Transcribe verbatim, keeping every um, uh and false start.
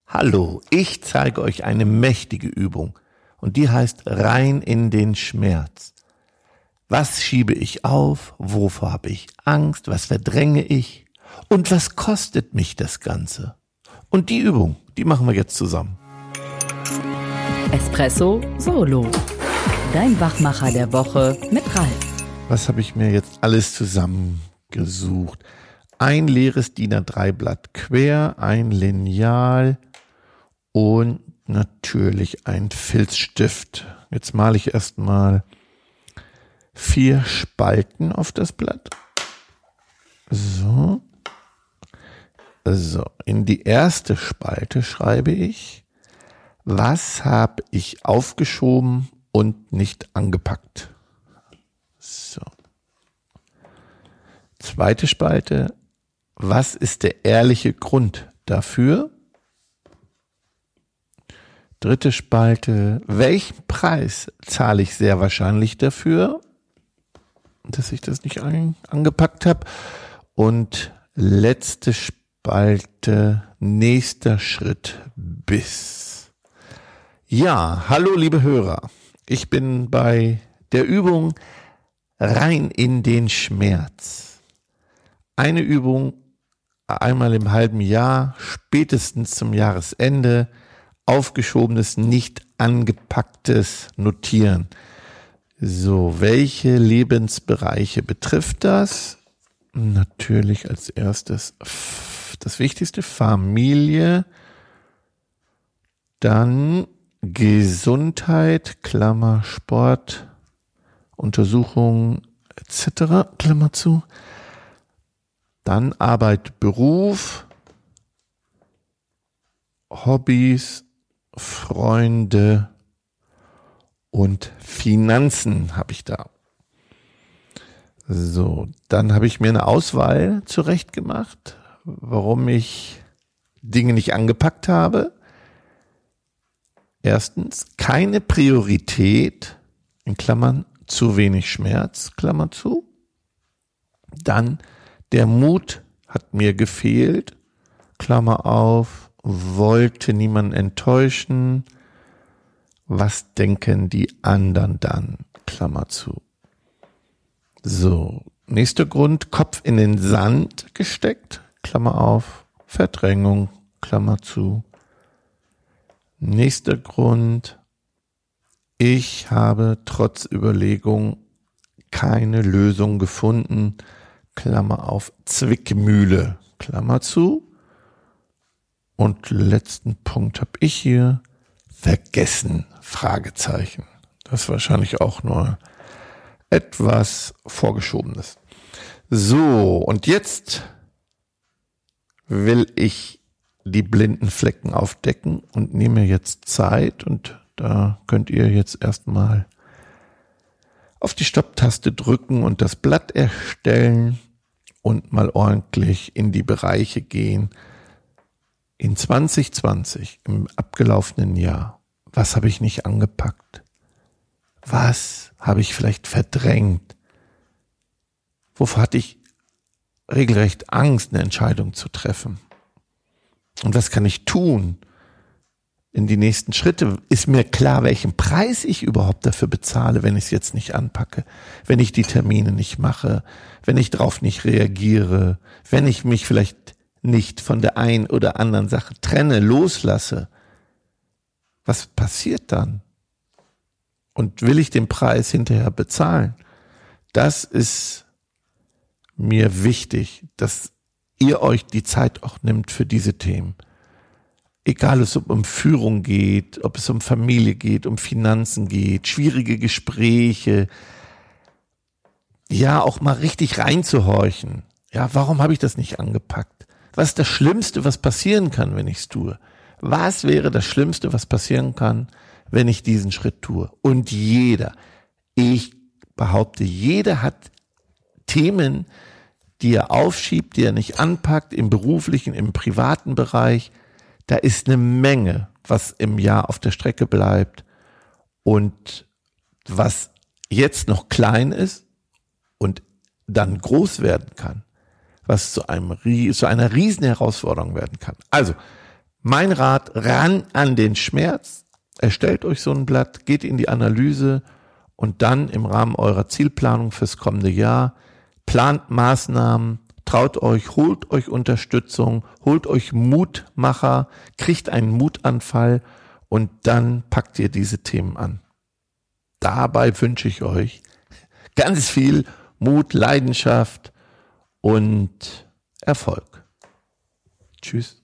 Hallo, ich zeige euch eine mächtige Übung und die heißt rein in den Schmerz. Was schiebe ich auf? Wovor habe ich Angst? Was verdränge ich? Und was kostet mich das Ganze? Und die Übung, die machen wir jetzt zusammen. Espresso Solo. Dein Wachmacher der Woche mit Ralf. Was habe ich mir jetzt alles zusammengesucht? Ein leeres D I N A drei Blatt quer, ein Lineal und natürlich ein Filzstift. Jetzt male ich erstmal vier Spalten auf das Blatt. So. So, in die erste Spalte schreibe ich, was habe ich aufgeschoben und nicht angepackt. So. Zweite Spalte, was ist der ehrliche Grund dafür? Dritte Spalte, welchen Preis zahle ich sehr wahrscheinlich dafür, dass ich das nicht an, angepackt habe? Und letzte Spalte, nächster Schritt bis. Ja, hallo liebe Hörer, ich bin bei der Übung rein in den Schmerz. Eine Übung einmal im halben Jahr, spätestens zum Jahresende, aufgeschobenes, nicht angepacktes Notieren. So, welche Lebensbereiche betrifft das? Natürlich als erstes das Wichtigste, Familie, dann Gesundheit, Klammer, Sport, Untersuchungen et cetera, Klammer zu. Dann Arbeit, Beruf, Hobbys, Freunde und Finanzen habe ich da. So, dann habe ich mir eine Auswahl zurecht gemacht, warum ich Dinge nicht angepackt habe. Erstens, keine Priorität, in Klammern, zu wenig Schmerz, Klammer zu. Dann, der Mut hat mir gefehlt, Klammer auf, wollte niemanden enttäuschen. Was denken die anderen dann, Klammer zu. So, nächster Grund, Kopf in den Sand gesteckt, Klammer auf, Verdrängung, Klammer zu. Nächster Grund, ich habe trotz Überlegung keine Lösung gefunden, Klammer auf, Zwickmühle, Klammer zu. Und letzten Punkt habe ich hier, vergessen, Fragezeichen. Das ist wahrscheinlich auch nur etwas Vorgeschobenes. So, und jetzt will ich die blinden Flecken aufdecken und nehme jetzt Zeit und da könnt ihr jetzt erstmal auf die Stopptaste drücken und das Blatt erstellen und mal ordentlich in die Bereiche gehen. In zwanzig zwanzig, im abgelaufenen Jahr, was habe ich nicht angepackt? Was habe ich vielleicht verdrängt? Wovor hatte ich regelrecht Angst, eine Entscheidung zu treffen? Und was kann ich tun in die nächsten Schritte? Ist mir klar, welchen Preis ich überhaupt dafür bezahle, wenn ich es jetzt nicht anpacke, wenn ich die Termine nicht mache, wenn ich drauf nicht reagiere, wenn ich mich vielleicht nicht von der einen oder anderen Sache trenne, loslasse? Was passiert dann? Und will ich den Preis hinterher bezahlen? Das ist mir wichtig, dass ihr euch die Zeit auch nimmt für diese Themen. Egal, ob es um Führung geht, ob es um Familie geht, um Finanzen geht, schwierige Gespräche. Ja, auch mal richtig reinzuhorchen. Ja, warum habe ich das nicht angepackt? Was ist das Schlimmste, was passieren kann, wenn ich es tue? Was wäre das Schlimmste, was passieren kann, wenn ich diesen Schritt tue? Und jeder, ich behaupte, jeder hat Themen, die er aufschiebt, die er nicht anpackt, im beruflichen, im privaten Bereich. Da ist eine Menge, was im Jahr auf der Strecke bleibt und was jetzt noch klein ist und dann groß werden kann, was zu einem zu einer riesen Herausforderung werden kann. Also Mein Rat, ran an den Schmerz, erstellt euch so ein Blatt, geht in die Analyse und dann im Rahmen eurer Zielplanung fürs kommende Jahr, plant Maßnahmen, traut euch, holt euch Unterstützung, holt euch Mutmacher, kriegt einen Mutanfall und dann packt ihr diese Themen an. Dabei wünsche ich euch ganz viel Mut, Leidenschaft und Erfolg. Tschüss.